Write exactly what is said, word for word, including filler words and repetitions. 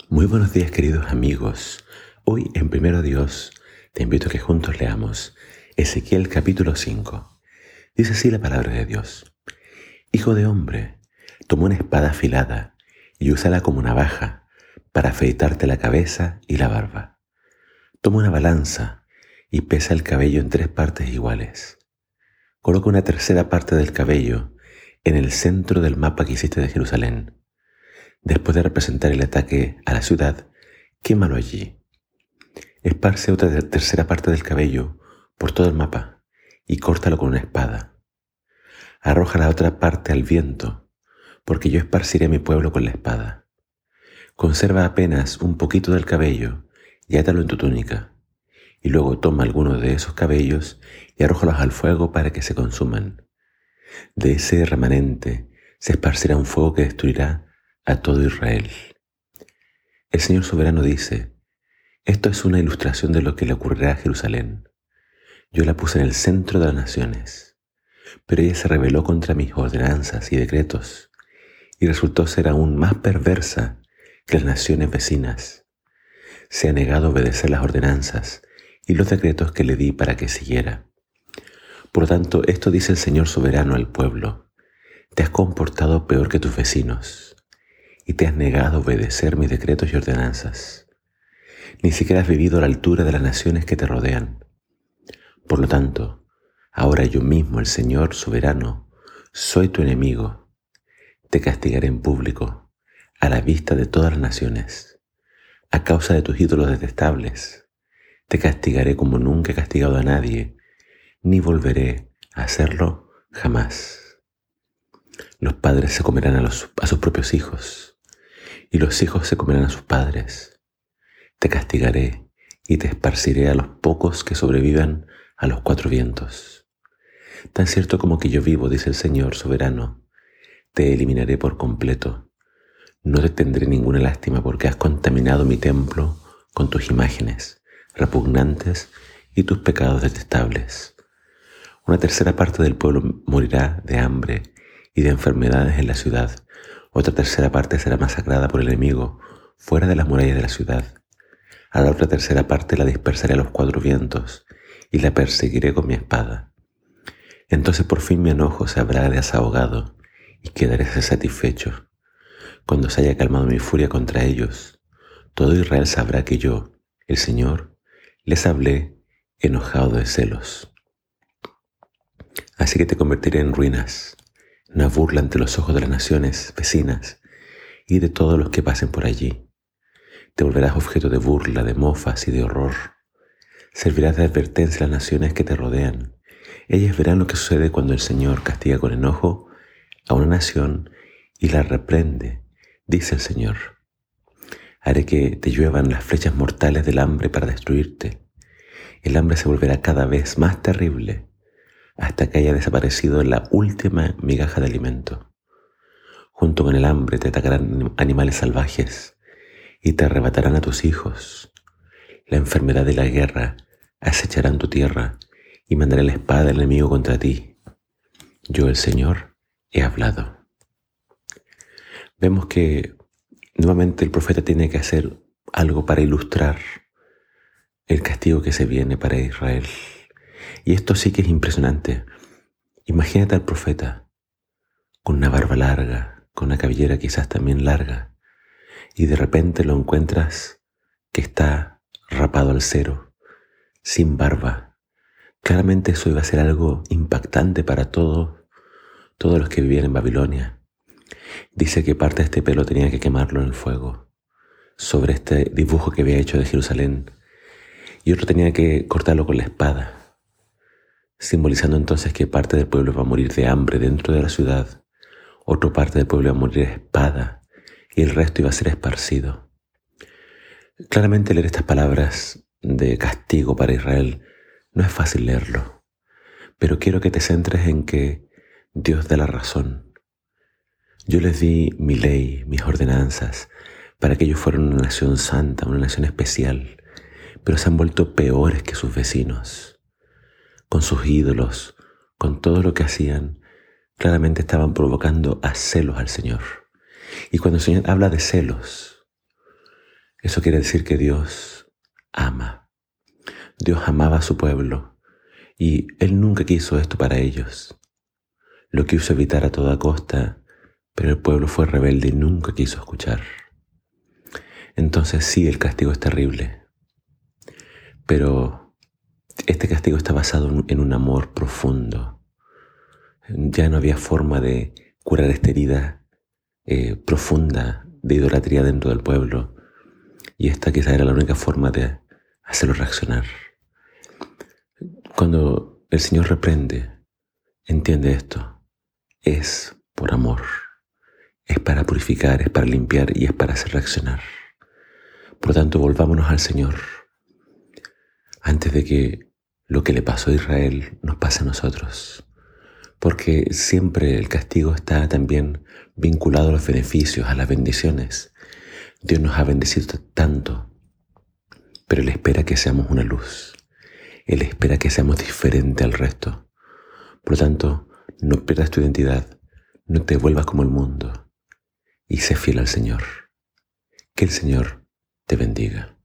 Muy buenos días, queridos amigos. Hoy en Primero Dios te invito a que juntos leamos Ezequiel capítulo cinco. Dice así la palabra de Dios: Hijo de hombre, toma una espada afilada y úsala como navaja para afeitarte la cabeza y la barba. Toma una balanza y pesa el cabello en tres partes iguales. Coloca una tercera parte del cabello en el centro del mapa que hiciste de Jerusalén. Después de representar el ataque a la ciudad, quémalo allí. Esparce otra tercera parte del cabello por todo el mapa y córtalo con una espada. Arroja la otra parte al viento, porque yo esparciré a mi pueblo con la espada. Conserva apenas un poquito del cabello y átalo en tu túnica, y luego toma algunos de esos cabellos y arrójalos al fuego para que se consuman. De ese remanente se esparcirá un fuego que destruirá a todo Israel. El Señor soberano dice: esto es una ilustración de lo que le ocurrirá a Jerusalén. Yo la puse en el centro de las naciones, pero ella se rebeló contra mis ordenanzas y decretos, y resultó ser aún más perversa que las naciones vecinas. Se ha negado a obedecer las ordenanzas y los decretos que le di para que siguiera. Por lo tanto, esto dice el Señor soberano al pueblo: te has comportado peor que tus vecinos, y te has negado a obedecer mis decretos y ordenanzas. Ni siquiera has vivido a la altura de las naciones que te rodean. Por lo tanto, ahora yo mismo, el Señor soberano, soy tu enemigo. Te castigaré en público, a la vista de todas las naciones, a causa de tus ídolos detestables. Te castigaré como nunca he castigado a nadie, ni volveré a hacerlo jamás. Los padres se comerán a, los, a sus propios hijos, y los hijos se comerán a sus padres. Te castigaré y te esparciré a los pocos que sobrevivan a los cuatro vientos. Tan cierto como que yo vivo, dice el Señor soberano, te eliminaré por completo. No te tendré ninguna lástima porque has contaminado mi templo con tus imágenes repugnantes y tus pecados detestables. Una tercera parte del pueblo morirá de hambre y de enfermedades en la ciudad. Otra tercera parte será masacrada por el enemigo fuera de las murallas de la ciudad. A la otra tercera parte la dispersaré a los cuatro vientos y la perseguiré con mi espada. Entonces por fin mi enojo se habrá desahogado y quedaré satisfecho. Cuando se haya calmado mi furia contra ellos, todo Israel sabrá que yo, el Señor, les hablé enojado de celos. Así que te convertiré en ruinas, una burla ante los ojos de las naciones vecinas y de todos los que pasen por allí. Te volverás objeto de burla, de mofas y de horror. Servirás de advertencia a las naciones que te rodean. Ellas verán lo que sucede cuando el Señor castiga con enojo a una nación y la reprende, dice el Señor. Haré que te lluevan las flechas mortales del hambre para destruirte. El hambre se volverá cada vez más terrible, hasta que haya desaparecido la última migaja de alimento. Junto con el hambre te atacarán animales salvajes y te arrebatarán a tus hijos. La enfermedad y la guerra acecharán tu tierra y mandaré la espada del enemigo contra ti. Yo, el Señor, he hablado. Vemos que nuevamente el profeta tiene que hacer algo para ilustrar el castigo que se viene para Israel. Y esto sí que es impresionante. Imagínate al profeta con una barba larga, con una cabellera quizás también larga, y de repente lo encuentras que está rapado al cero, sin barba. Claramente eso iba a ser algo impactante para todos, todos los que vivían en Babilonia. Dice que parte de este pelo tenía que quemarlo en el fuego, sobre este dibujo que había hecho de Jerusalén, y otro tenía que cortarlo con la espada, simbolizando entonces que parte del pueblo va a morir de hambre dentro de la ciudad, otra parte del pueblo va a morir de espada y el resto iba a ser esparcido. Claramente leer estas palabras de castigo para Israel no es fácil leerlo, pero quiero que te centres en que Dios da la razón. Yo les di mi ley, mis ordenanzas, para que ellos fueran una nación santa, una nación especial, pero se han vuelto peores que sus vecinos. Con sus ídolos, con todo lo que hacían, claramente estaban provocando a celos al Señor. Y cuando el Señor habla de celos, Eso quiere decir que Dios ama. Dios amaba a su pueblo y Él nunca quiso esto para ellos. Lo quiso evitar a toda costa, pero el pueblo fue rebelde y nunca quiso escuchar. Entonces sí, el castigo es terrible, pero este castigo está basado en un amor profundo. Ya no había forma de curar esta herida eh, profunda de idolatría dentro del pueblo, y esta quizá era la única forma de hacerlo reaccionar. Cuando el Señor reprende, entiende esto, es por amor, es para purificar, es para limpiar y es para hacer reaccionar. Por lo tanto, volvámonos al Señor antes de que lo que le pasó a Israel nos pase a nosotros. Porque siempre el castigo está también vinculado a los beneficios, a las bendiciones. Dios nos ha bendecido tanto, pero Él espera que seamos una luz. Él espera que seamos diferentes al resto. Por lo tanto, no pierdas tu identidad, no te vuelvas como el mundo y sé fiel al Señor. Que el Señor te bendiga.